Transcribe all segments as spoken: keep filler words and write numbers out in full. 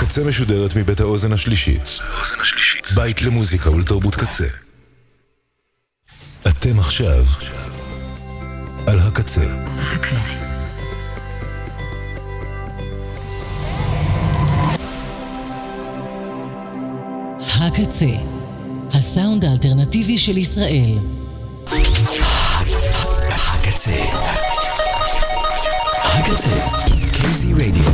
הקצה משודרת מבית האוזן השלישית. בית למוזיקה ולתרבות קצה. אתם עכשיו על הקצה. הקצה. הקצה, הסאונד האלטרנטיבי של ישראל. הקצה. הקצה. K Z Radio.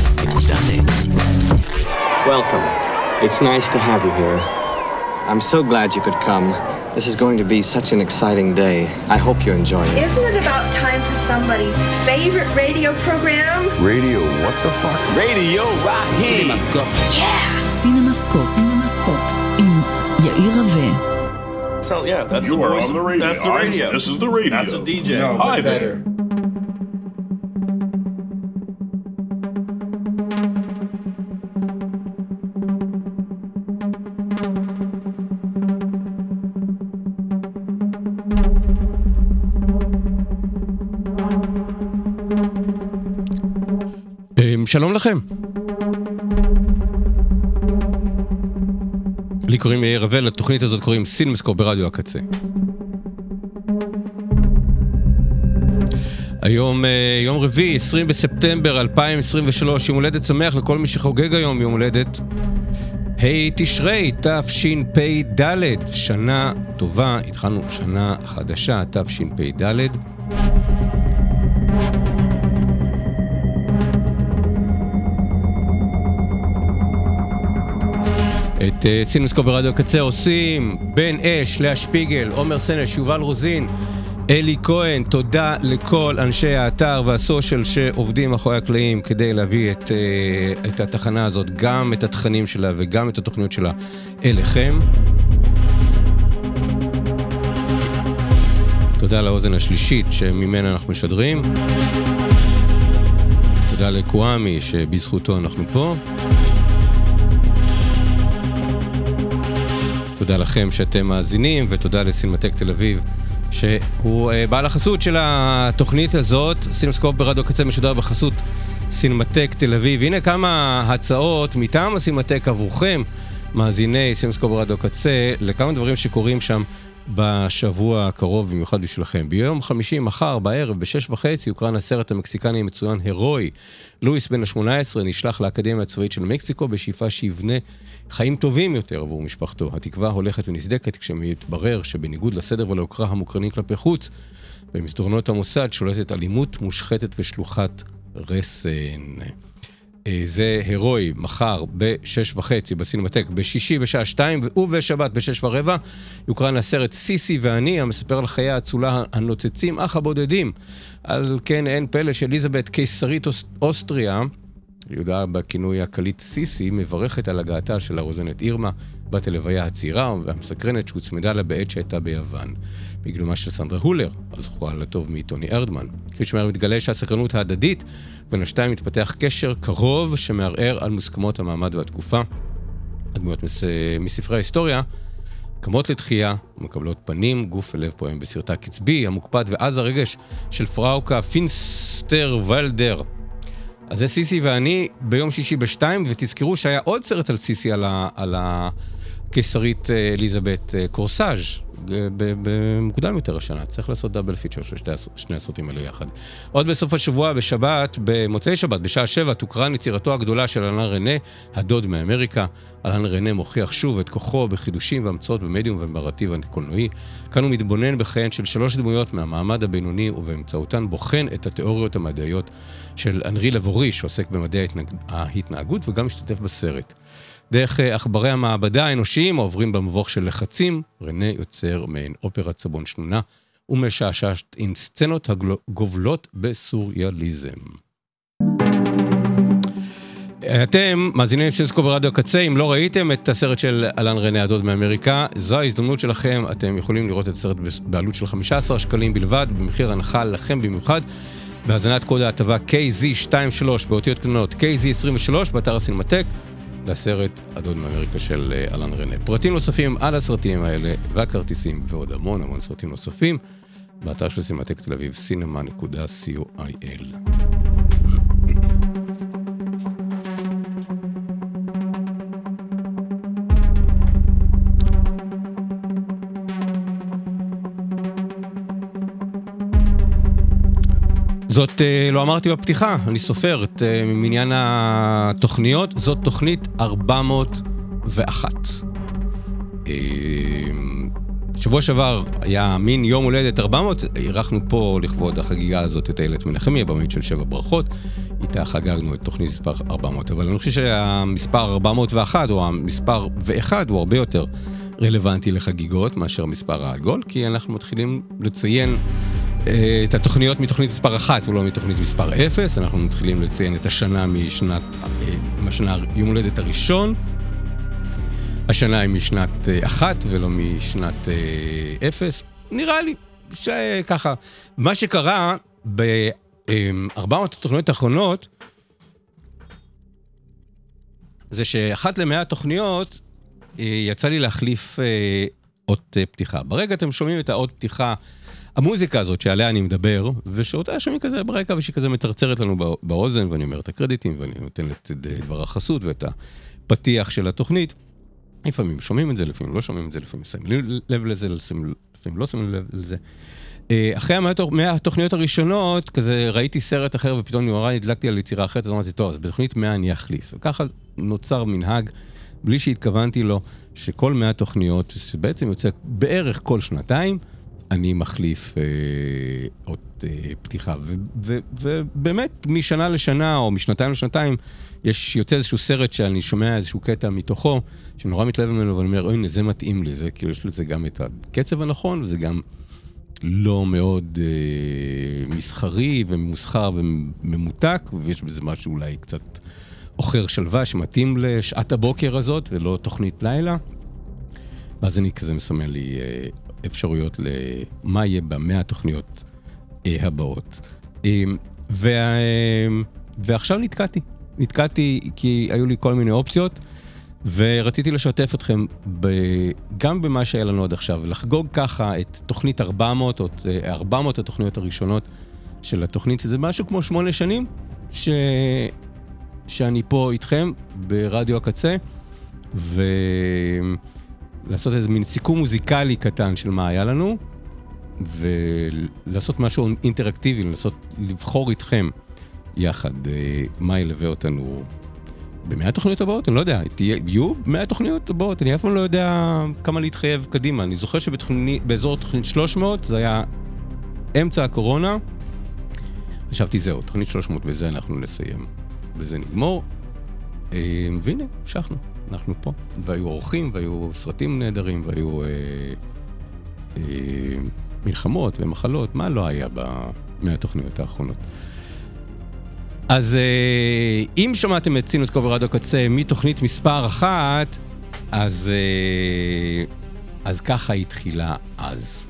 Welcome. It's nice to have you here. I'm so glad you could come. This is going to be such an exciting day. I hope you enjoy it. Isn't it about time for somebody's favorite radio program? Radio, what the fuck? Radio, right here. CinemaScope. Yeah. CinemaScope. CinemaScope. עם יאיר רווה. So yeah, that's you the are voice. on the radio. That's the radio. I'm, this is the radio. That's a D J. No, Hi there. שלום לכם. לי קוראים יאיר רווה, לתוכנית הזאת קוראים סינמסקופ ברדיו הקצה. היום יום רביעי, עשרים בספטמבר אלפיים עשרים ושלוש, יום הולדת שמח לכל מי שחוגג היום יום הולדת. היי תשרי, תשפ"ד, שנה טובה, התחלנו שנה חדשה, תשפ"ד. את סינמסקופ ברדיו הקצה עושים בן אש, לאה שפיגל, עומר סנש, יובל רוזין, אלי כהן. תודה לכל אנשי האתר והסושיאל שעובדים מאחורי הקלעים כדי להביא את, את התחנה הזאת, גם את התכנים שלה וגם את התוכניות שלה אליכם. תודה לאוזן השלישית שממנה אנחנו משדרים. תודה לקואמי שבזכותו אנחנו פה. תודה לכם שאתם מאזינים, ותודה לסינמטק תל אביב, שהוא בעל החסות של התוכנית הזאת. סינמסקופ ברדיו הקצה משודר בחסות סינמטק תל אביב. הנה כמה הצעות מטעם הסינמטק עבורכם, מאזיני סינמסקופ ברדיו הקצה, לכמה דברים שקורים שם בשבוע הקרוב, במיוחד בשבילכם. ביום חמישי, מחר, בערב, בשש וחצי, יוקרן הסרט המקסיקני המצוין הרוי. לואיס בן ה-שמונה עשרה נשלח לאקדמיה הצבאית של מקסיקו בשאיפה שיבנה חיים טובים יותר עבור משפחתו. התקווה הולכת ונסדקת כשמתברר שבניגוד לסדר ולהוקרה המוקרנים כלפי חוץ, במסדרונות המוסד שולטת אלימות מושחתת ושלוחת רסן. זה הרוי, מחר בשש וחצי בסינמטק, בשישי בשעה שתיים ובשבת בשש ורבע יוקרן הסרט סיסי ואני, המספר על חיי האצולה הנוצצים אך הבודדים. על כן אין פלא שאליזבת קיסרית אוסטריה, ידועה בכינוי הקליט סיסי, מברכת על הגעתה של הרוזנת אירמה בת הלוויה הצעירה והמסקרנת שהוצמדה לה בעת שהייתה ביוון. בגלומה של סנדרה הולר, הזכורה לטוב מטוני ארדמן. כפי שמהר מתגלה שהסקרנות ההדדית בין השתיים מתפתח קשר קרוב שמערער על מוסכמות המעמד והתקופה. הדמויות מס... מספרי ההיסטוריה קמות לתחייה ומקבלות פנים, גוף ולב פועם בסרטה קצבי, המוקפד ואז הרגש של פראוקה פינסטר ולדר. אז זה סיסי ואני ביום שישי בשתיים, ותזכרו שהיה עוד סרט על סיסי על, ה, על הקיסרית אליזבת קורסאז' במוקדם יותר השנה. צריך לעשות דאבל פיצ'ר של שתי, שני הסרטים האלו יחד. עוד בסוף השבוע, בשבת, במוצאי שבת, בשעה שבע, תוקרן יצירתו הגדולה של אלן רנה, הדוד מאמריקה. אלן רנה מוכיח שוב את כוחו בחידושים והמצאות במדיום ובנרטיב הקולנועי. כאן הוא מתבונן בחייהן של שלוש דמויות מהמעמד הבינוני, ובאמצעותן בוחן את התיאוריות המדעיות של אנרי לבורי, שעוסק במדעי ההתנהגות וגם משתתף בסרט. דרך עכברי המעבדה האנושיים העוברים במבוך של לחצים, רנה יוצר מעין אופרת סבון שנונה ומשעשעת עם סצנות הגובלות בסוריאליזם. אתם מאזינים סינמסקופ ברדיו הקצה, אם לא ראיתם את הסרט של אלן רנה הדוד מאמריקה, זו ההזדמנות שלכם. אתם יכולים לראות את הסרט בעלות של חמישה עשר שקלים בלבד, במחיר הנחה לכם במיוחד, בהזנת קוד ההטבה קיי זי עשרים ושלוש באותיות קטנות קיי זי עשרים ושלוש באתר הסינמטק לסרט הדוד מאמריקה של אלן רנה. פרטים נוספים על הסרטים האלה והכרטיסים ועוד המון המון סרטים נוספים באתר של סינמטק תל אביב, סינמה נקודה סי או איי אל. זאת לא אמרתי בפתיחה, אני סופר את מניין התוכניות, זאת תוכנית ארבע מאות ואחת. שבוע שעבר היה מין יום הולדת ארבע מאות, אירחנו פה לכבוד החגיגה הזאת את איילת מנחמי, הבמאית של שבע ברכות, איתה חגגנו את תוכנית מספר ארבע מאות, אבל אני חושב שהמספר ארבע מאות ואחת, או המספר ואחד, הוא הרבה יותר רלוונטי לחגיגות מאשר המספר העגול, כי אנחנו מתחילים לציין את התוכניות מתוכנית מספר אחת ולא מתוכנית מספר אפס, אנחנו מתחילים לציין את השנה משנת, משנה יום הולדת הראשון, השנה היא משנת אחת ולא משנת אפס, נראה לי שככה. מה שקרה ב-ארבע מאות התוכניות האחרונות, זה שאחת למאה התוכניות יצא לי להחליף אות פתיחה. ברגע אתם שומעים את האות פתיחה, המוזיקה הזאת שעליה אני מדבר, ושאותה שומעים כזה ברקע, ושהיא כזה מצרצרת לנו באוזן, ואני אומר את הקרדיטים, ואני נותן את דבר החסות ואת הפתיח של התוכנית, לפעמים שומעים את זה, לפעמים לא שומעים את זה, לפעמים שמים לב לזה, לפעמים לא שמים לב לזה. אחרי מאה התוכניות הראשונות, כזה ראיתי סרט אחר, ופתאום נורא נדלקתי על יצירה אחרת, אז אמרתי, טוב, אז בתוכנית מאה אני אחליף. וככה נוצר מנהג, בלי שהתכוונתי לו, שכל מאה תוכניות, שבעצם יוצא בערך כל שנתיים, אני מחליף אה, אות אה, פתיחה. ו- ו- ובאמת, משנה לשנה, או משנתיים לשנתיים, יש יוצא איזשהו סרט שאני שומע איזשהו קטע מתוכו, שנורא מתלהב ממנו, ואני אומר, אוי, זה מתאים לי, זה, כאילו יש לזה גם את הקצב הנכון, וזה גם לא מאוד אה, מסחרי וממוסחר וממותק, ויש בזה משהו אולי קצת אוחר שלווה, שמתאים לשעת הבוקר הזאת, ולא תוכנית לילה. ואז אני כזה מסמן לי אה, אפשרויות למה יהיה במאה התוכניות אה, הבאות. אה, וה, אה, ועכשיו נתקעתי. נתקעתי כי היו לי כל מיני אופציות, ורציתי לשתף אתכם ב, גם במה שהיה לנו עד עכשיו, ולחגוג ככה את תוכנית ארבע מאות, או ארבע מאות התוכניות הראשונות של התוכנית, שזה משהו כמו שמונה שנים, ש, שאני פה איתכם ברדיו הקצה, ולעשות איזה מין סיכום מוזיקלי קטן של מה היה לנו, ולעשות משהו אינטראקטיבי, לנסות לבחור איתכם יחד מה ילווה אותנו במאה התוכניות הבאות, אני לא יודע, יהיו מאה התוכניות הבאות, אני אף פעם לא יודע כמה להתחייב קדימה. אני זוכר שבאזור תוכנית שלוש מאות, זה היה אמצע הקורונה, חשבתי זהו, תוכנית שלוש מאות, בזה אנחנו נסיים, בזה נגמור, והנה, המשכנו, אנחנו פה, והיו אורחים, והיו סרטים נהדרים, והיו אה, אה, מלחמות ומחלות, מה לא היה במאה התוכניות האחרונות. אז אם שמעתם את סינוסקופ ברדיו קצה מתוכנית מספר אחת, אז, אז ככה התחילה אז.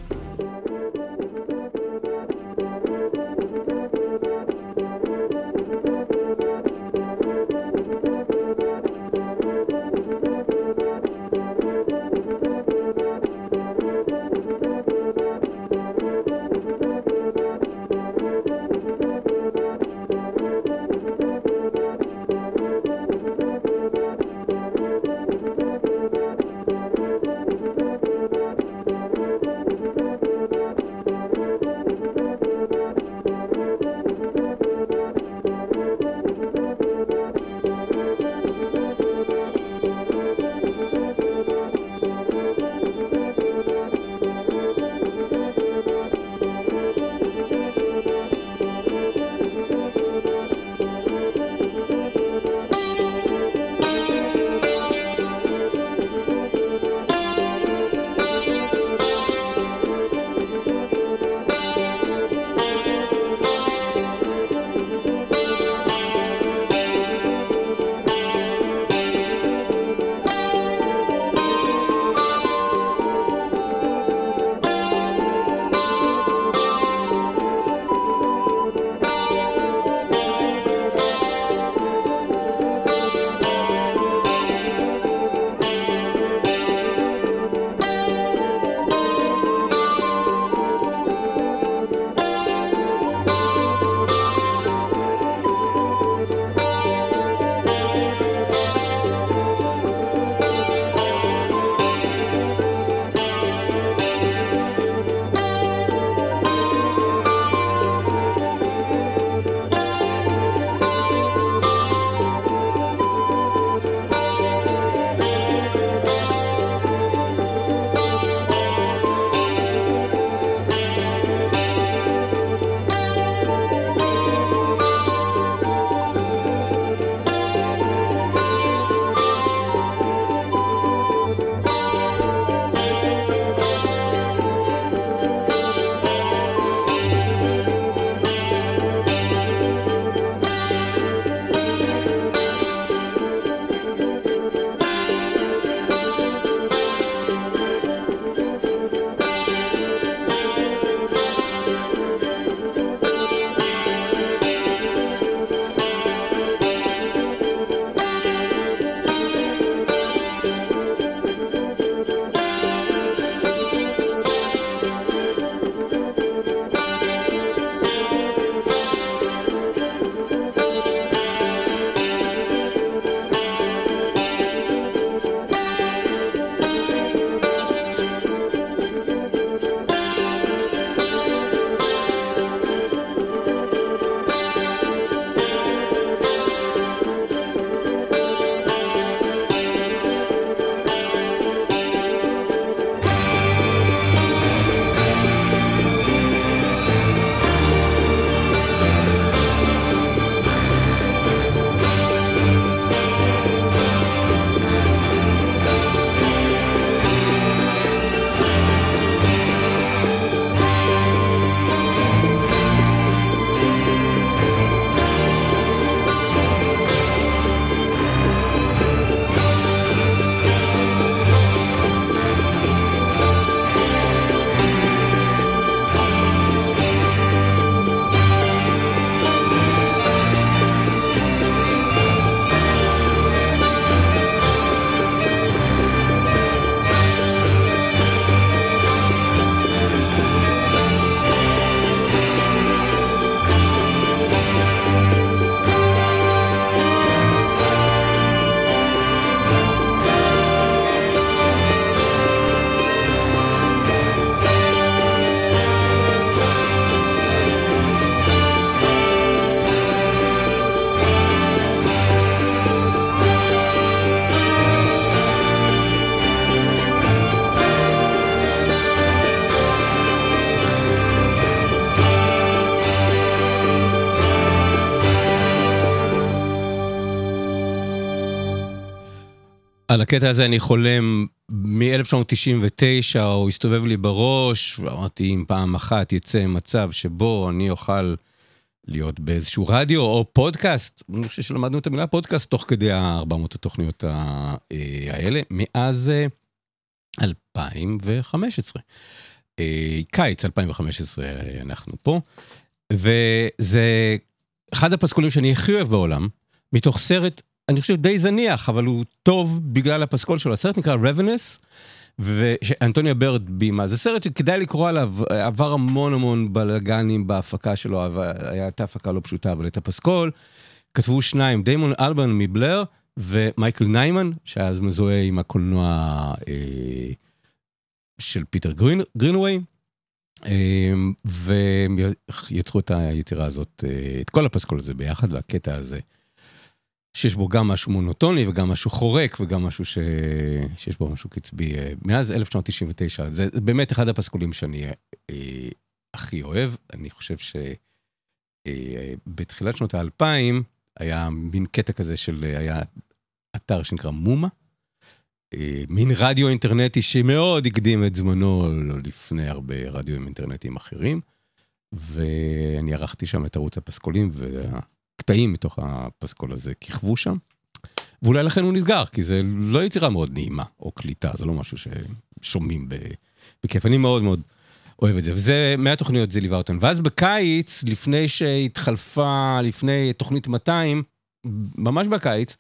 על הקטע הזה אני חולם מ-אלף תשע מאות תשעים ותשע, הוא הסתובב לי בראש, ואמרתי אם פעם אחת יצא מצב שבו אני אוכל להיות באיזשהו רדיו או פודקאסט, אני חושב שלמדנו את המילה פודקאסט תוך כדי ה-ארבע מאות התוכניות האלה, מאז אלפיים וחמש עשרה. קיץ אלפיים וחמש עשרה אנחנו פה, וזה אחד הפסקולים שאני הכי אוהב בעולם, מתוך סרט, אני חושב די זניח, אבל הוא טוב בגלל הפסקול שלו. הסרט נקרא Ravenous, ואנטוניה ברד בימה. זה סרט שכדאי לקרוא עליו, עבר המון המון בלגנים בהפקה שלו, הייתה הפקה לא פשוטה, אבל את הפסקול כתבו שניים, דיימון אלברן מבלר, ומייקל ניימן, שאז מזוהה עם הקולנוע אה, של פיטר גרין, גרינווי, אה, ויצרו את היצירה הזאת, אה, את כל הפסקול הזה ביחד, והקטע הזה, שיש בו גם משהו מונוטוני, וגם משהו חורק, וגם משהו ש... שיש בו משהו קצבי. מאז אלף תשע מאות תשעים ותשע, זה באמת אחד הפסקולים שאני אה, הכי אוהב. אני חושב שבתחילת אה, שנות האלפיים, היה מין קטע כזה של, היה אתר שנקרא מומה, אה, מין רדיו אינטרנטי שמאוד הקדים את זמנו, לפני הרבה רדיואים אינטרנטיים אחרים, ואני ערכתי שם את ערוץ הפסקולים, וה... קטעים מתוך הפסקול הזה כיכבו שם, ואולי לכן הוא נסגר, כי זה לא יצירה מאוד נעימה, או קליטה, זה לא משהו ששומעים בכיף. אני מאוד מאוד אוהב את זה, וזה, מהתוכניות זה ליווה אותן. ואז בקיץ, לפני שהתחלפה, לפני תוכנית מאתיים, ממש בקיץ,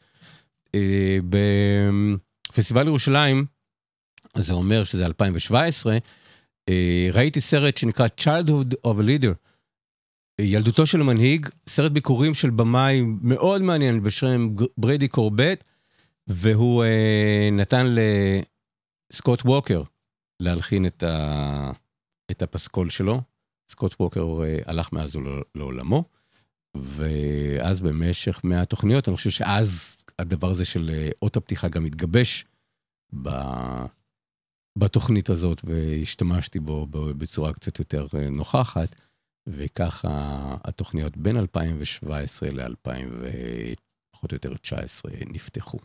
בפסטיבל ירושלים, זה אומר שזה אלפיים שבע עשרה, ראיתי סרט שנקרא Childhood of a Leader, ילדותו של מנהיג, סרט ביקורים של במאי מאוד מעניין בשם בריידי קורבט, והוא אה, נתן לסקוט ווקר להלחין את, ה, את הפסקול שלו. סקוט ווקר אה, הלך מאז לעולמו, ואז במשך מהתוכניות, אני חושב שאז הדבר הזה של אות הפתיחה גם התגבש ב, בתוכנית הזאת, והשתמשתי בו בצורה קצת יותר נוכחת, וככה התוכניות בין אלפיים שבע עשרה ל-אלפיים ופחות או יותר תשע עשרה נפתחו.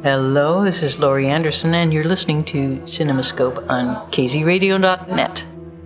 Hello, this is Laurie Anderson, and you're listening to CinemaScope on k z radio dot net.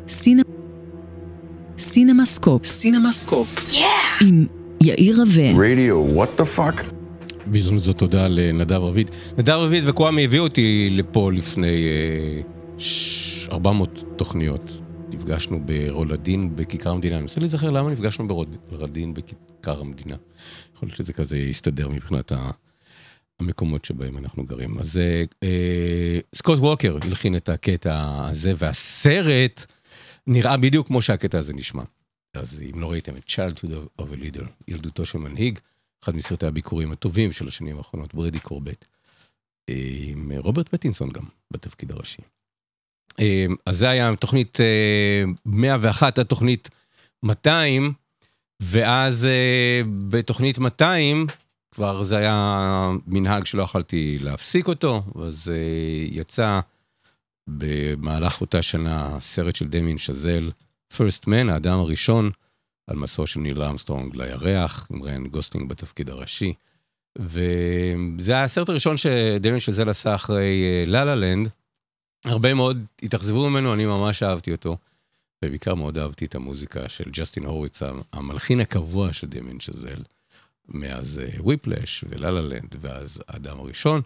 סינמסקופ. סינמסקופ. עם יאיר רווה. Radio, what the fuck? בהזדמנות זאת תודה לנדב רביד. נדב רביד וקוואמי הביאו אותי לפה לפני אה, ארבע מאות תוכניות. נפגשנו ברולדין בכיכר המדינה. אני מנסה להיזכר למה נפגשנו ברולדין בכיכר המדינה. יכול להיות שזה כזה יסתדר מבחינת המקומות שבהם אנחנו גרים. אז אה, סקוט ווקר הלחין את הקטע הזה, והסרט נראה בדיוק כמו שהקטע הזה נשמע. אז אם לא ראיתם את Childhood of a Leader, ילדותו של מנהיג, אחד מסרטי הביקורים הטובים של השנים האחרונות, ברדי קורבט, עם רוברט פטינסון גם בתפקיד הראשי. אז זה היה תוכנית מאה ואחת, התוכנית מאתיים, ואז בתוכנית מאתיים, כבר זה היה מנהג שלא יכולתי להפסיק אותו, אז יצא במהלך אותה שנה סרט של דמיין שזל, First Man, האדם הראשון, על מסעו של ניל ארמסטרונג לירח, עם ריין גוסלינג בתפקיד הראשי, וזה היה הסרט הראשון שדמיין שזל עשה אחרי לה לה לנד, הרבה מאוד התאכזבו ממנו, אני ממש אהבתי אותו, ובעיקר מאוד אהבתי את המוזיקה של ג'סטין הורוביץ, המלחין הקבוע של דמיין שזל, מאז וויפלש ולה לה לנד, ואז האדם הראשון,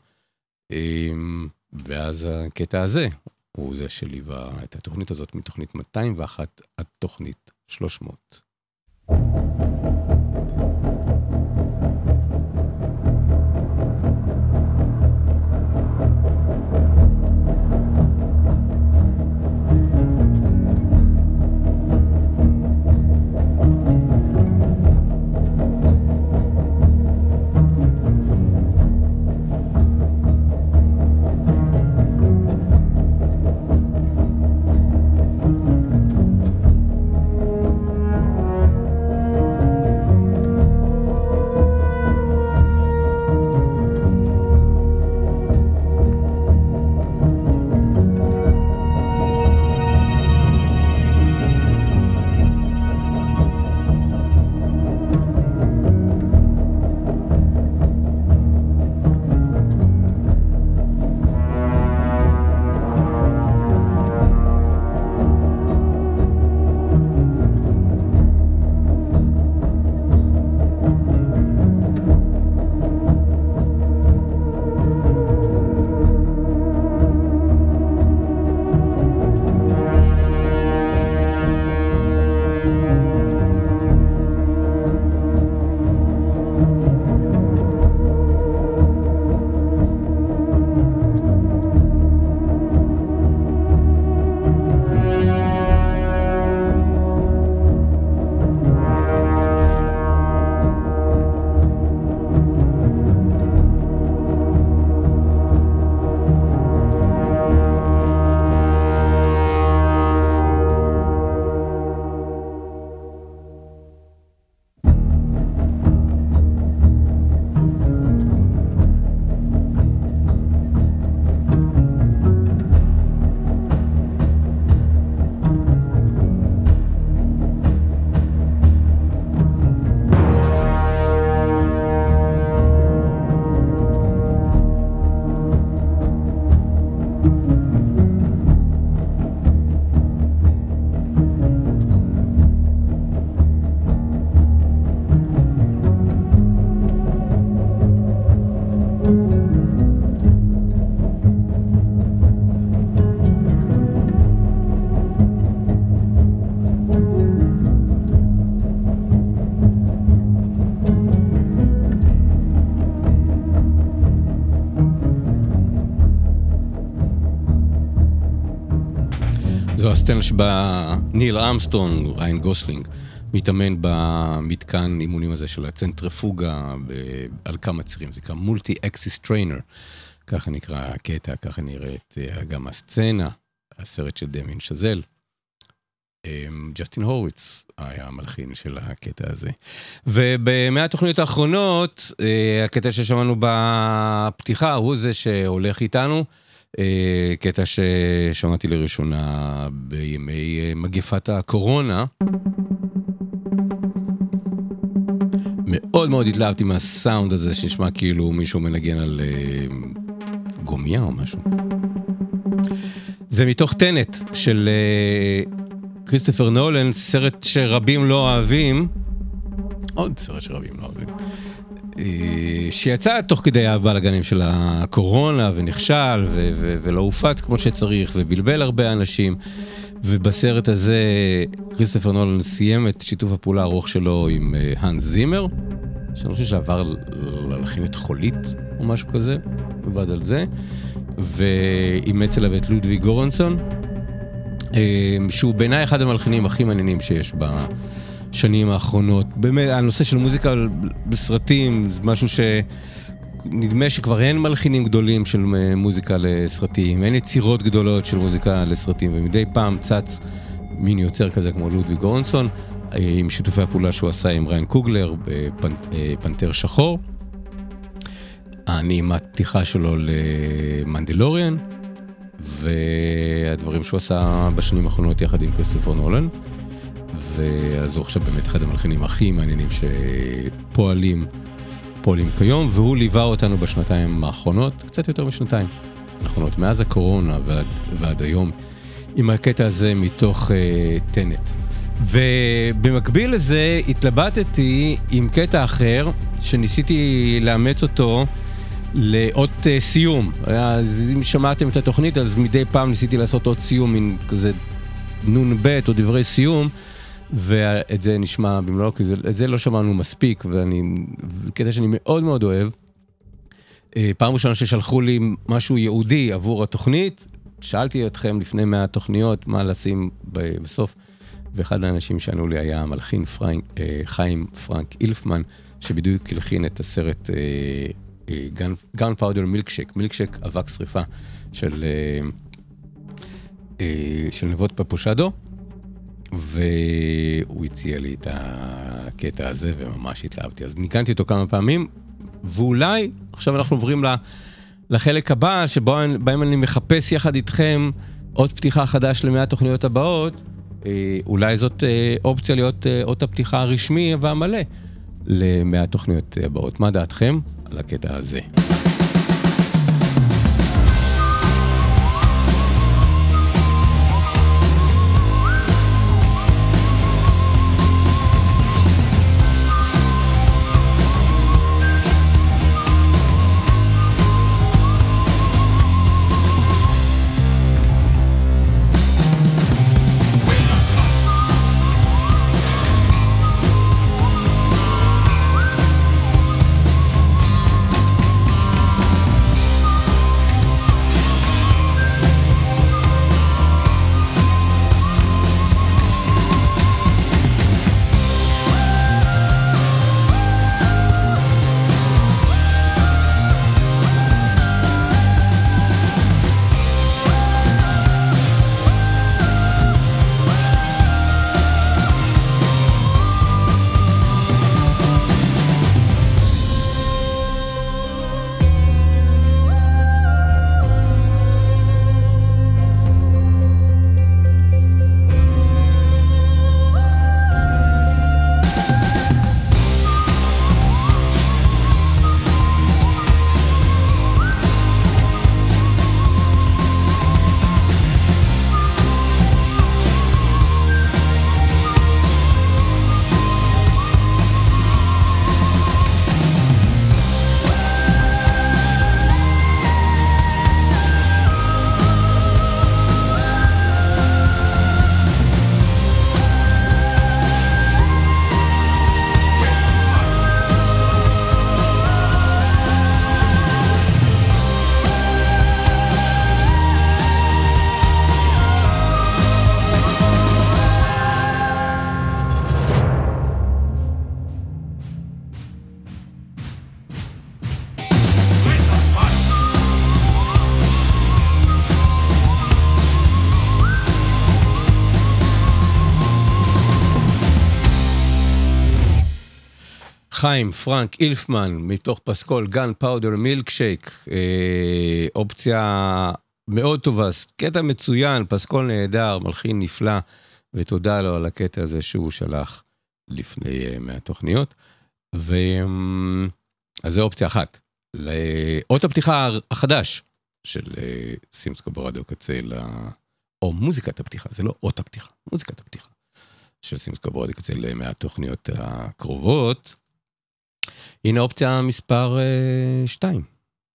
ואז הקטע הזה, הוא זה שליווה את התוכנית הזאת מתוכנית מאתיים ואחת עד תוכנית שלוש מאות. זו הסצנה שבה ניל ארמסטרונג, ריין גוסלינג, מתאמן במתקן אימונים הזה של הצנטריפוגה על כמה צירים, זה נקרא מולטי אקסיס טריינר, ככה נקרא הקטע, ככה נראית גם הסצנה, הסרט של דמיין שזל. ג'סטין הורוביץ היה המלחין של הקטע הזה. ובמאה התוכניות האחרונות, הקטע ששמענו בפתיחה הוא זה שהולך איתנו, קטע ששמעתי לראשונה בימי מגפת הקורונה. מאוד מאוד התלהבתי מהסאונד הזה שנשמע כאילו מישהו מנגן על גומיה או משהו. זה מתוך טנט של כריסטופר נולן, סרט שרבים לא אוהבים, עוד סרט שרבים לא אוהבים, שיצא תוך כדי הבלגנים של הקורונה, ונכשל, ו- ו- ולא הופץ כמו שצריך, ובלבל הרבה אנשים, ובסרט הזה כריסטופר נולן סיים את שיתוף הפעולה הארוך שלו עם האנס זימר, שאני חושב שעבר להלחין את חולית, או משהו כזה, עבד על זה, ואימץ אליו את לודוויג גורנסון, שהוא בעיניי אחד המלחינים הכי מעניינים שיש בשנים האחרונות. באמת, הנושא של מוזיקה בסרטים, זה משהו שנדמה שכבר אין מלחינים גדולים של מוזיקה לסרטים, אין יצירות גדולות של מוזיקה לסרטים, ומדי פעם צץ מין יוצר כזה כמו לודוויג גורנסון, עם שיתופי הפעולה שהוא עשה עם ריין קוגלר בפנתר שחור, הנעימת פתיחה שלו למנדלוריאן, והדברים שהוא עשה בשנים האחרונות יחד עם כריסטופר נולן, ואז הוא עכשיו באמת אחד המלחינים הכי מעניינים שפועלים פועלים כיום, והוא ליווה אותנו בשנתיים האחרונות, קצת יותר משנתיים האחרונות, מאז הקורונה ועד, ועד היום, עם הקטע הזה מתוך uh, טנט. ובמקביל לזה התלבטתי עם קטע אחר, שניסיתי לאמץ אותו לאות uh, סיום. אז אם שמעתם את התוכנית, אז מדי פעם ניסיתי לעשות אות סיום, מין כזה נון בית או דברי סיום, ואת זה נשמע במלוא, כי את זה לא שמענו מספיק, ואני, קטע שאני מאוד מאוד אוהב. פעם ראשונה ששלחו לי משהו יהודי עבור התוכנית, שאלתי אתכם לפני מאה תוכניות מה לשים בסוף, ואחד האנשים שענו לי היה המלחין פרנק, חיים פרנק אילפמן, שבדיוק הלחין את הסרט Gunpowder Milkshake, מילקשק אבק שריפה של, של נבות פפושדו, והוא הציע לי את הקטע הזה וממש התלהבתי. אז ניגנתי אותו כמה פעמים, ואולי עכשיו אנחנו עוברים לחלק הבא, שבהם אני מחפש יחד איתכם עוד פתיחה חדש למאה התוכניות הבאות. אולי זאת אופציה להיות עוד הפתיחה הרשמי והמלא למאה התוכניות הבאות. מה דעתכם על הקטע הזה? חיים פרנק אילפמן מתוך פסקול Gunpowder Milkshake, אה, אופציה מאוד טובה, קטע מצוין, פסקול נהדר, מלחין נפלא, ותודה לו על הקטע הזה שהוא שלח לפני אה, מהתוכניות. ו... אז זו אופציה אחת. לאות הפתיחה החדש של סימסקופ ברדיו קצה, או מוזיקת הפתיחה, זה לא אות הפתיחה, מוזיקת הפתיחה של סימסקופ ברדיו קצה מהתוכניות הקרובות. הנה אופציה מספר שתיים.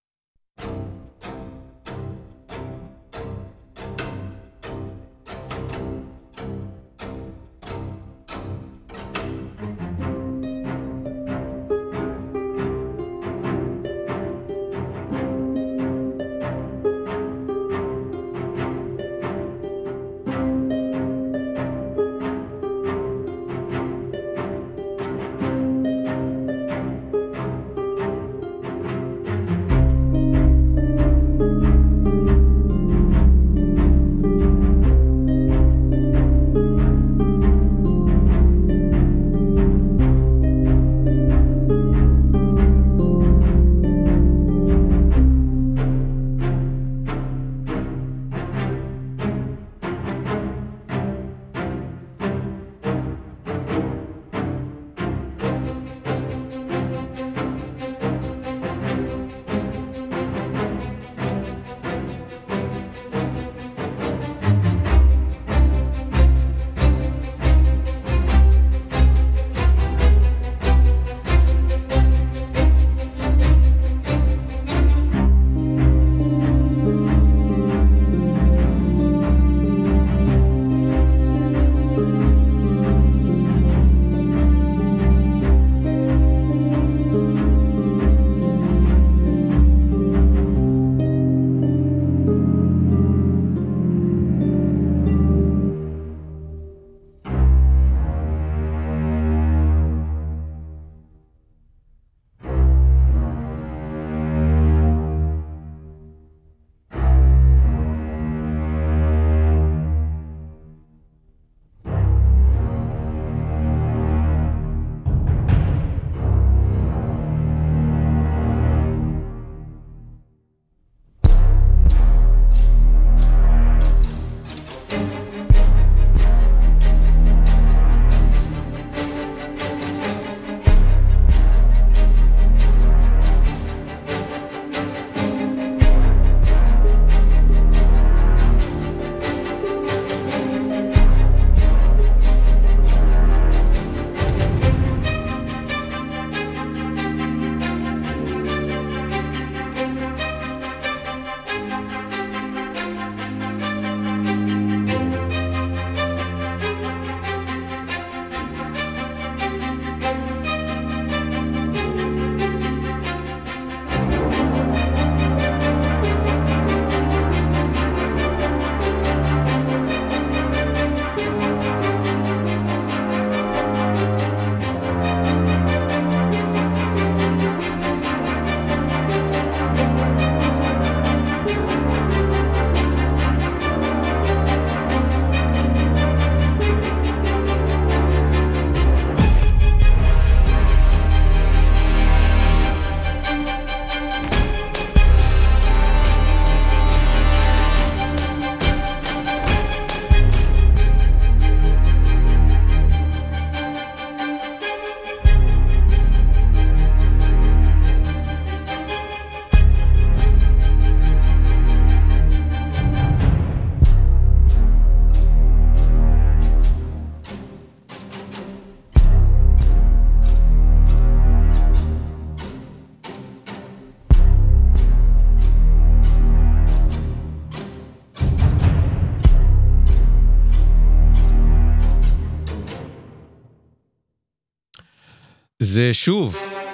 זה שוב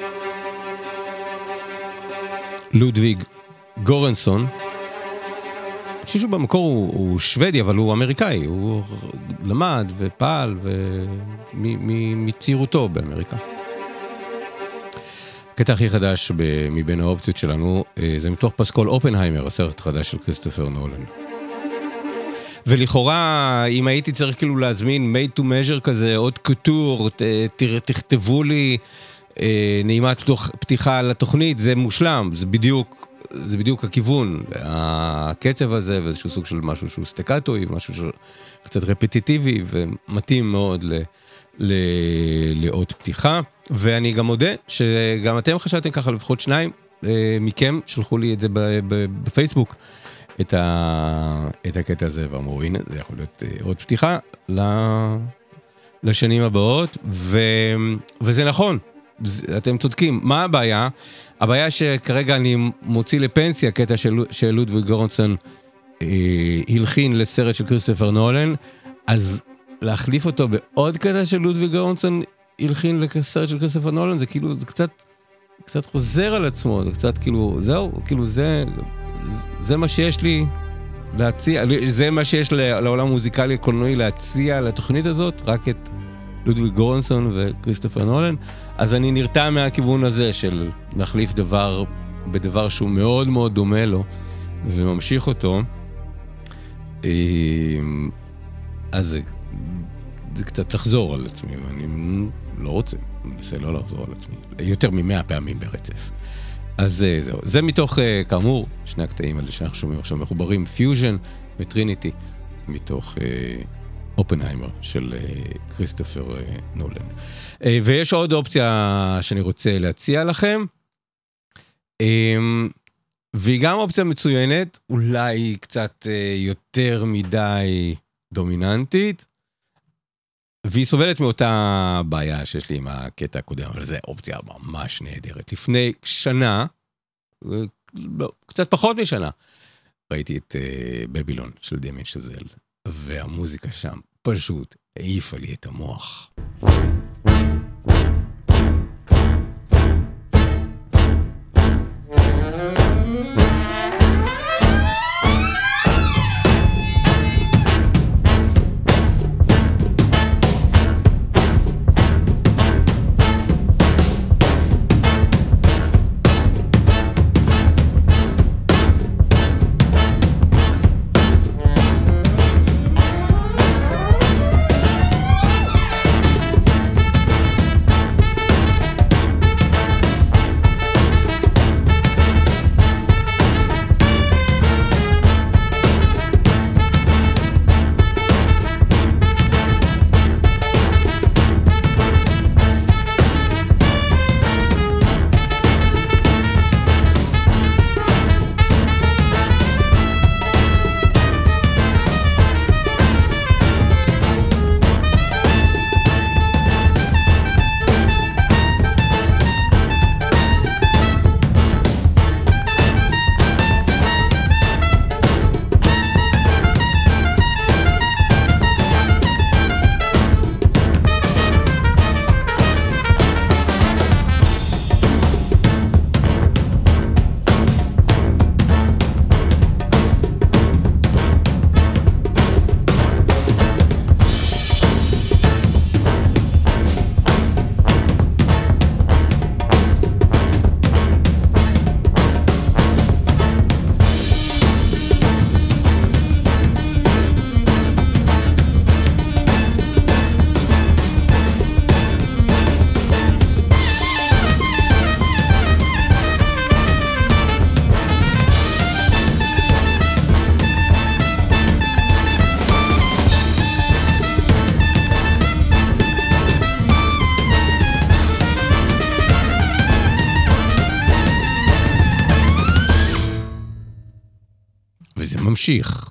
לודוויג גורנסון, ששוב במקור הוא, הוא שוודי, אבל הוא אמריקאי, הוא למד ופעל מצעירותו באמריקה. הקטע הכי חדש מבין האופציות שלנו, זה מתוך פסקול אופנהיימר, הסרט החדש של כריסטופר נולן. ולכאורה, אם הייתי צריך כאילו להזמין made to measure כזה, עוד קוטור, תכתבו לי נעימת פתיחה לתוכנית, זה מושלם, זה בדיוק, זה בדיוק הכיוון, הקצב הזה, ואיזשהו סוג של משהו שהוא סטקטוי, משהו שהוא קצת רפטיטיבי, ומתאים מאוד ל... לעוד פתיחה, ואני גם מודה שגם אתם חשבתם ככה לפחות שניים, מכם שלחו לי את זה בפייסבוק, את, ה, את הקטע הזה, ואמרו, הנה, זה יכול להיות עוד פתיחה לשנים הבאות, ו, וזה נכון, אתם צודקים. מה הבעיה? הבעיה שכרגע אני מוציא לפנסיה קטע של, של לודוויג גורנסון אה, הלחין לסרט של כריסטופר נולן, אז להחליף אותו בעוד קטע של לודוויג גורנסון הלחין לסרט של כריסטופר נולן, זה כאילו, זה קצת, קצת חוזר על עצמו, זה קצת כאילו, זהו, כאילו זה, זה מה שיש לי להציע, זה מה שיש לעולם המוזיקלי הקולנועי להציע לתוכנית הזאת, רק את לודוויג גורנסון וכריסטופר נולן, אז אני נרתע מהכיוון הזה של להחליף דבר בדבר שהוא מאוד מאוד דומה לו, וממשיך אותו. אז זה, זה קצת לחזור על עצמי, ואני לא רוצה, אני מנסה לא לחזור על עצמי, יותר ממאה פעמים ברצף. אז זהו, זה מתוך, כאמור, שני הקטעים האלה שאנחנו שומעים עכשיו מחוברים, פיוז'ן וטריניטי, מתוך אופנהיימר של כריסטופר נולן. ויש עוד אופציה שאני רוצה להציע לכם, והיא גם אופציה מצוינת, אולי קצת יותר מדי דומיננטית, והיא סובלת מאותה בעיה שיש לי עם הקטע הקודם, אבל זו אופציה ממש נהדרת. לפני שנה, קצת פחות משנה, ראיתי את בבילון של דמיין שזל, והמוזיקה שם פשוט העיפה לי את המוח. ממשיך.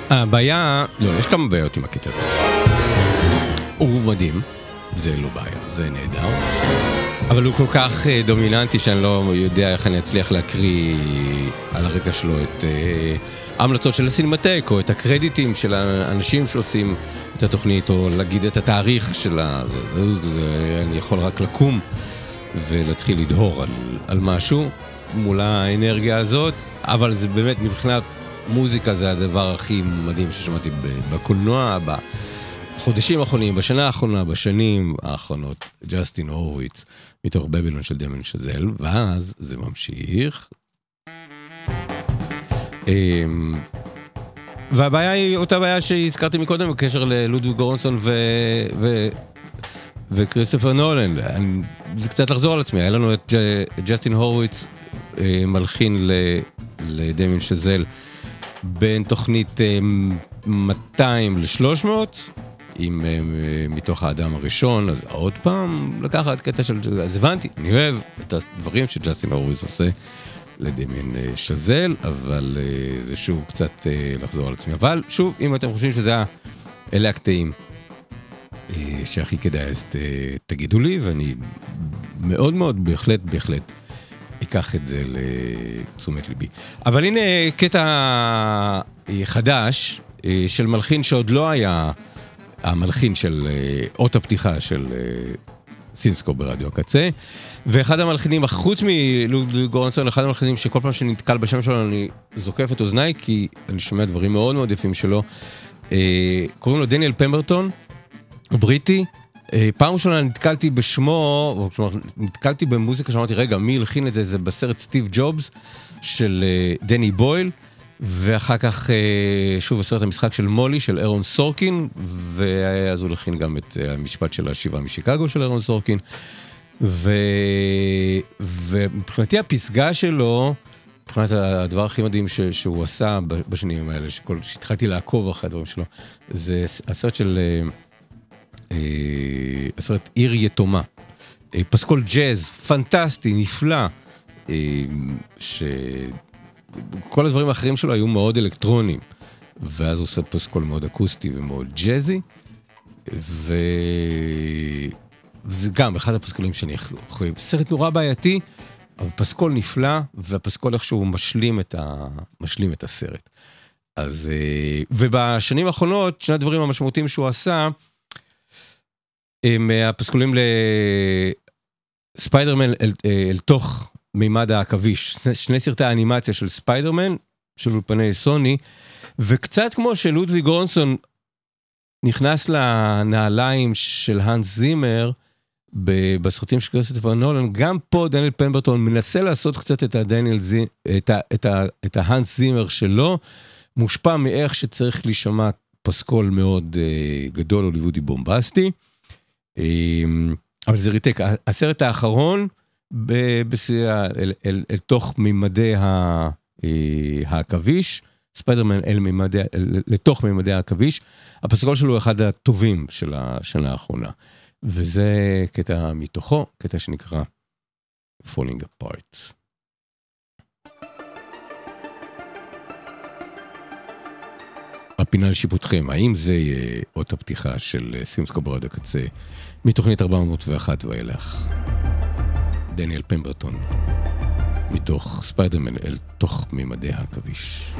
הבעיה, לא, יש כמה בעיות עם הקטע הזה. הוא מדהים, זה לא בעיה, זה נהדר. אבל הוא כל כך דומיננטי שאני לא יודע איך אני אצליח להקריא על הרקע שלו את ההמלצות של הסינמטק, או את הקרדיטים של האנשים שעושים את התוכנית, או להגיד את התאריך של זה. זה, זה, אני יכול רק לקום ולהתחיל לדהור על, על משהו מול האנרגיה הזאת, אבל זה באמת מבחינת מוזיקה זה הדבר הכי מדהים ששמעתי בקולנוע, בחודשים האחרונים, בשנה האחרונה, בשנים האחרונות, ג'סטין הורוביץ, מתוך בבילון של דמיין שזל, ואז זה ממשיך. והבעיה היא אותה בעיה שהזכרתי מקודם בקשר ללודוויג גורנסון ו... ו... וכריסטופר נולן. זה קצת לחזור על עצמי, היה לנו את ג'סטין הורוביץ מלחין לדמיין שזל בין תוכנית מאתיים ל-שלוש מאות, עם מתוך האדם הראשון, אז עוד פעם לקחת קטע של... אז הבנתי, אני אוהב את הדברים שג'סטין הורוביץ עושה לדמיין שזל, אבל זה שוב קצת לחזור על עצמי. אבל שוב, אם אתם חושבים שזה היה אלה הקטעים שהכי כדאי, אז תגידו לי, ואני מאוד מאוד בהחלט, בהחלט אקח את זה לתשומת ליבי. אבל הנה קטע חדש של מלחין שעוד לא היה המלחין של אות הפתיחה של סינסקופ ברדיו הקצה, ואחד המלחינים, חוץ מלודוויג גורנסון, אחד המלחינים שכל פעם שנתקל בשם שלו אני זוקף את אוזניי, כי אני שומע דברים מאוד מאוד יפים שלו, קוראים לו דניאל פמברטון, הוא בריטי. פעם ראשונה נתקלתי בשמו, כלומר, נתקלתי במוזיקה שאמרתי, רגע, מי הלחין את זה? זה בסרט סטיב ג'ובס של דני בויל, ואחר כך שוב בסרט המשחק של מולי, של אירון סורקין, ואז הוא הלחין גם את המשפט של השיבה משיקגו של אירון סורקין, ו... ומבחינתי הפסגה שלו, מבחינת הדבר הכי מדהים ש... שהוא עשה בשנים האלה, שכל... שהתחלתי לעקוב אחרי הדברים שלו, זה הסרט של... הסרט עיר יתומה, פסקול ג'אז פנטסטי, נפלא, שכל הדברים האחרים שלו היו מאוד אלקטרונים, ואז הוא עושה פסקול מאוד אקוסטי ומאוד ג'אזי, וזה גם אחד הפסקולים שאני חושב, סרט נורא בעייתי, אבל פסקול נפלא, והפסקול איכשהו משלים את, ה... משלים את הסרט. אז, ובשנים האחרונות, שני הדברים המשמעותיים שהוא עשה, מהפסקולים לספיידרמן אל, אל תוך מימד העכביש, שני סרטי האנימציה של ספיידרמן, של אולפני סוני, וקצת כמו שלודוויג גורנסון נכנס לנעליים של האנס זימר, בסרטים של כריסטופר נולן, גם פה דניאל פמברטון מנסה לעשות קצת את הדניאל זי, את ה, את ה, את ההאנס זימר שלו, מושפע מאיך שצריך להישמע פסקול מאוד uh, גדול הוליוודי בומבסטי, אבל זה ריטק. הסרט האחרון בסיעה אל, אל, אל תוך מימדי העכביש, ספיידרמן אל מימדי, אל, לתוך מימדי העכביש, הפסקול שלו הוא אחד הטובים של השנה האחרונה, וזה קטע מתוכו, קטע שנקרא Falling Apart. הפינה לשיפוטכם, האם זה יהיה אות הפתיחה של סינסקופ ברדיו הקצה מתוכנית ארבע מאות ואחת ואילך? דניאל פמברטון, מתוך ספיידרמן אל תוך מימדי העכביש.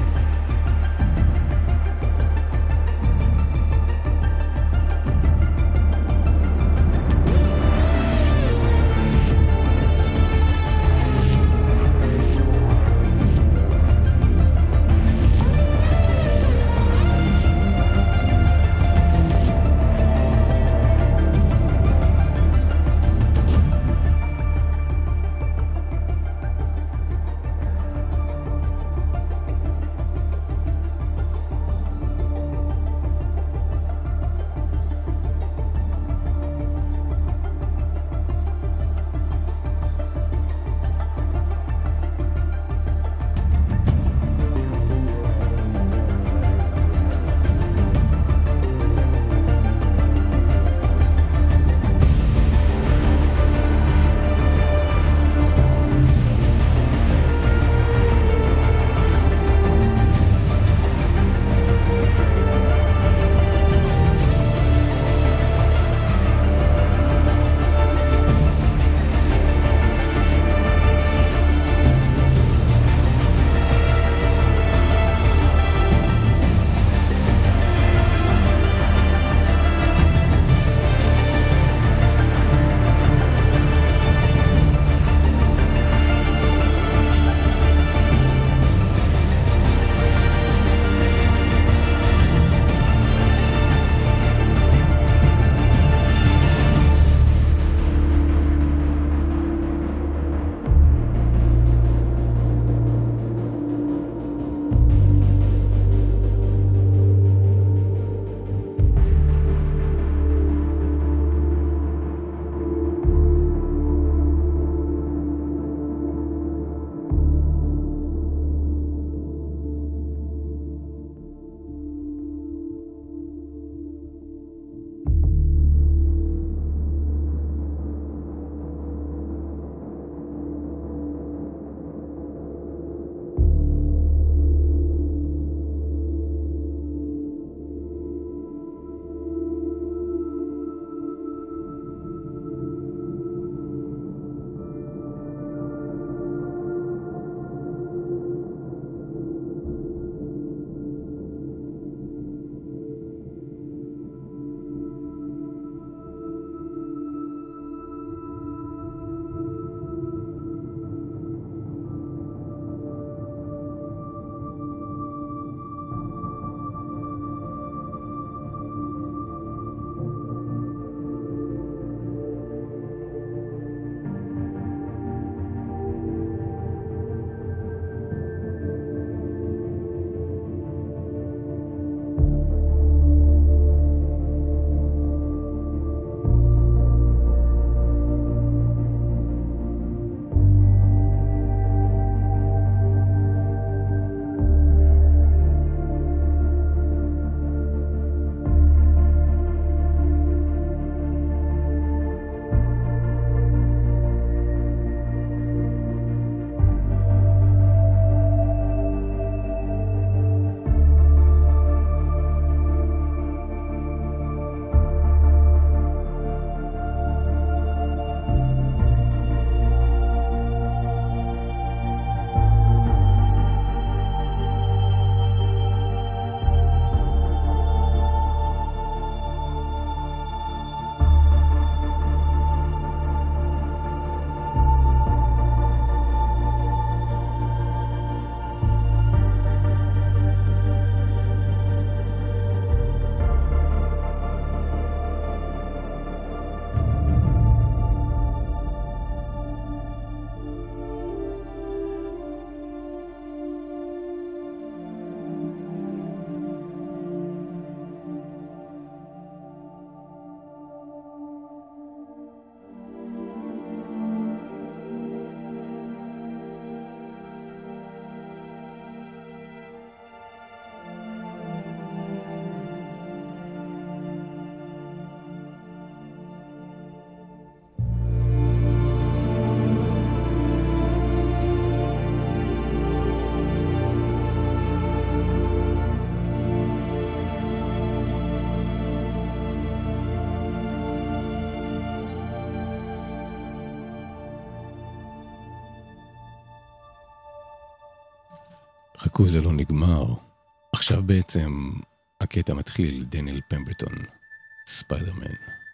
חכו, זה לא נגמר. עכשיו בעצם הקטע מתחיל, דניאל פמברטון, ספיידרמן.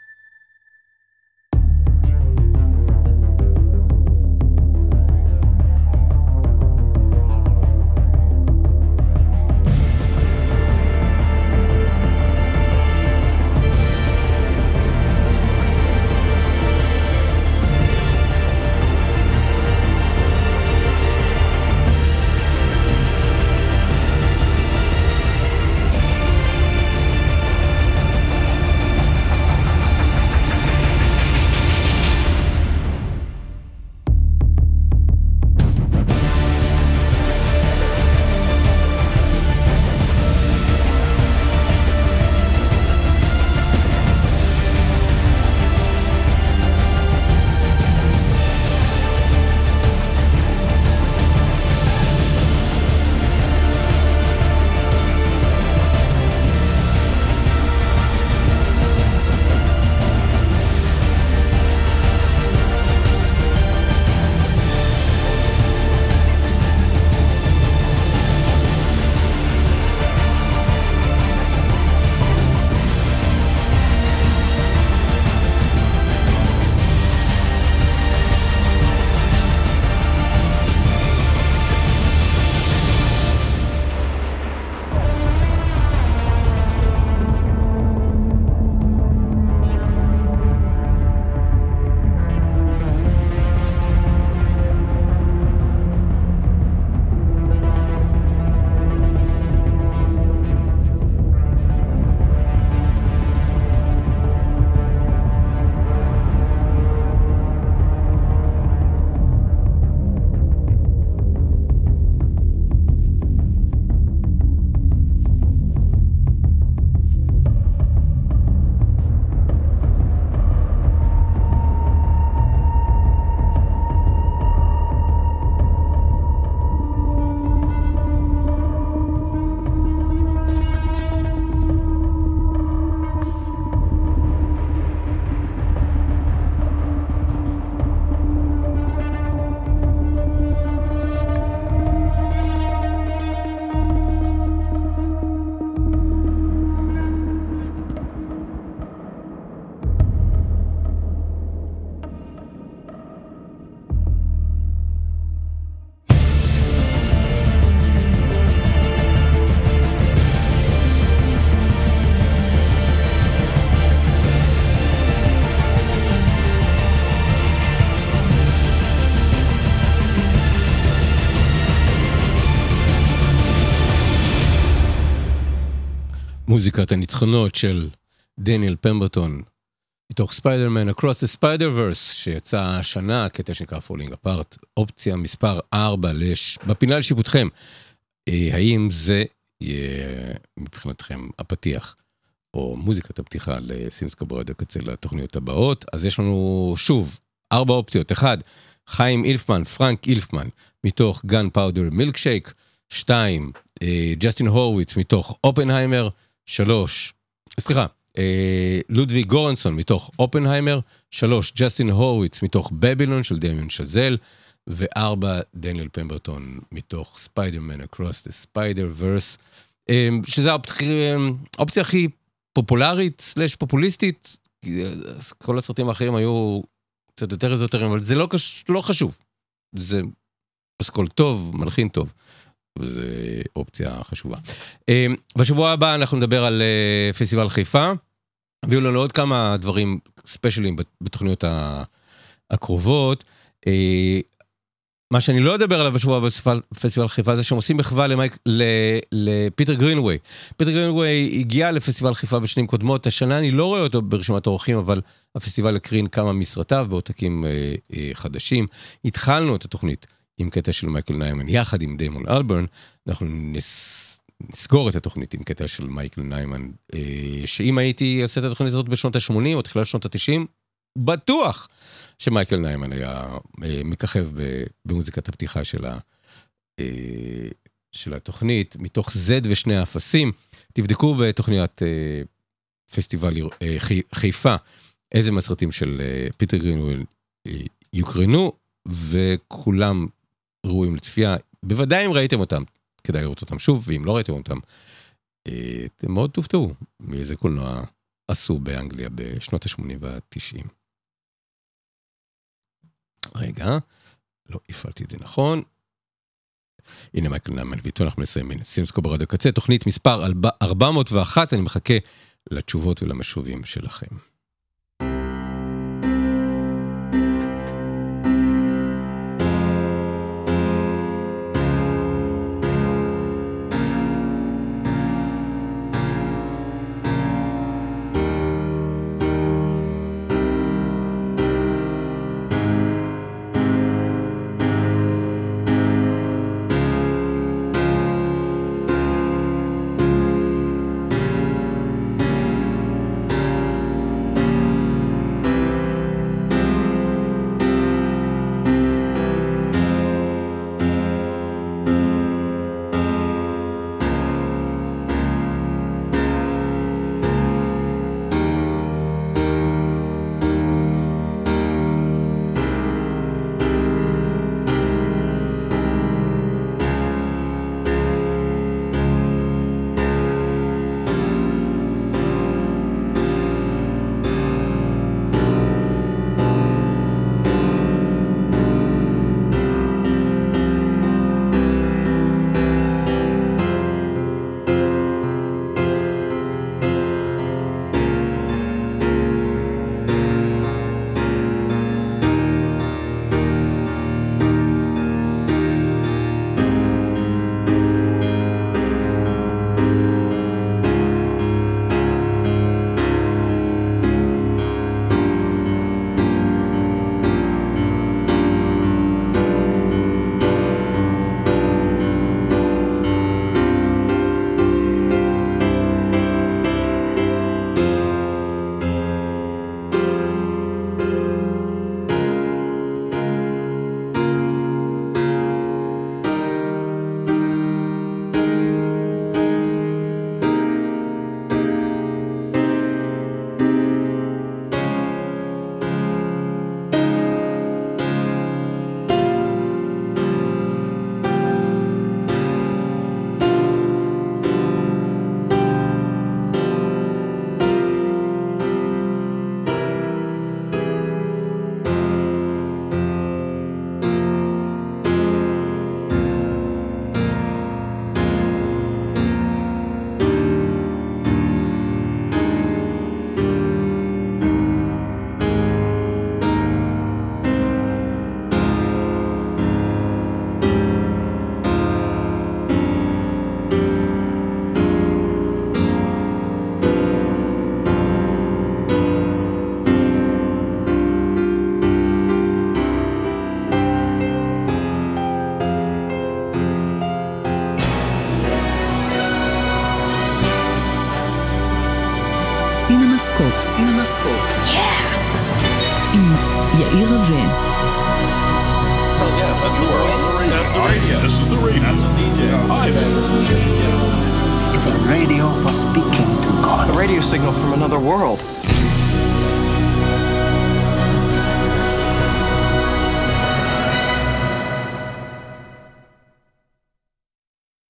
מוזיקת הניצחונות של דניאל פמברטון, מתוך ספיידרמן Across the Spider-Verse, שיצא השנה, קטע שנקרא Falling Apart, אופציה מספר ארבע, לש... בפינה לשיפוטכם. האם זה יהיה מבחינתכם הפתיח, או מוזיקת הפתיחה לסינסקופ ברדיו קצה לתוכניות הבאות? אז יש לנו שוב ארבע אופציות. אחד, חיים אילפמן, פרנק אילפמן, מתוך Gunpowder Milkshake. שתיים, ג'סטין הורוויץ, מתוך אופנהיימר. שלוש, סליחה, לודוויג גורנסון, מתוך אופנהיימר. שלוש, ג'סטין הורוויץ, מתוך בבילון של דמיון שזל. וארבע, דניאל פמברטון, מתוך ספיידרמן Across the Spider-Verse, שזה האופציה הכי פופולרית סלש פופוליסטית. כל הסרטים האחרים היו קצת יותר איזוטריים, אבל זה לא, לא חשוב. זה פסקול טוב, מלחין טוב. וזו אופציה חשובה. בשבוע הבא אנחנו נדבר על פסטיבל חיפה, ויהיו לנו עוד כמה דברים ספיישלים בתוכניות הקרובות. מה שאני לא אדבר עליו בשבוע בפסטיבל חיפה, זה שהם עושים מחווה לפיטר גרינווי. פיטר גרינווי הגיע לפסטיבל חיפה בשנים קודמות, השנה אני לא רואה אותו ברשימת האורחים, אבל הפסטיבל הקרין כמה מסרטיו בעותקים חדשים. התחלנו את התוכנית עם קטע של מייקל ניימן, יחד עם דיימון אלברן. אנחנו נס... נסגור את התוכנית עם קטע של מייקל ניימן, שאם הייתי עושה את התוכנית הזאת בשנות ה-שמונים או תחילת שנות ה-תשעים, בטוח שמייקל ניימן היה מככב במוזיקת הפתיחה של, ה... של התוכנית, מתוך זד ושני האפסים. תבדקו בתוכניות פסטיבל חיפה, איזה מסרטים של פיטר גרינווי יוקרנו, וכולם ראויים לצפייה. בוודאי אם ראיתם אותם, כדאי לראות אותם שוב, ואם לא ראיתם אותם, אתם מאוד תופתעו מאיזה קולנוע עשו באנגליה בשנות ה-שמונים וה-תשעים. רגע, לא הפעלתי את זה נכון. הנה מייקל נאמן ויטו, אנחנו נסיים סימסקופ ברדיו קצה, תוכנית מספר ארבע מאות ואחת, אני מחכה לתשובות ולמשובים שלכם. סינמסקופ, סינמסקופ. עם יאיר רווה. So yeah, that's the world. That's the radio. This is the radio. That's a D J. Hi, man. It's a radio for speaking to God. A radio signal from another world.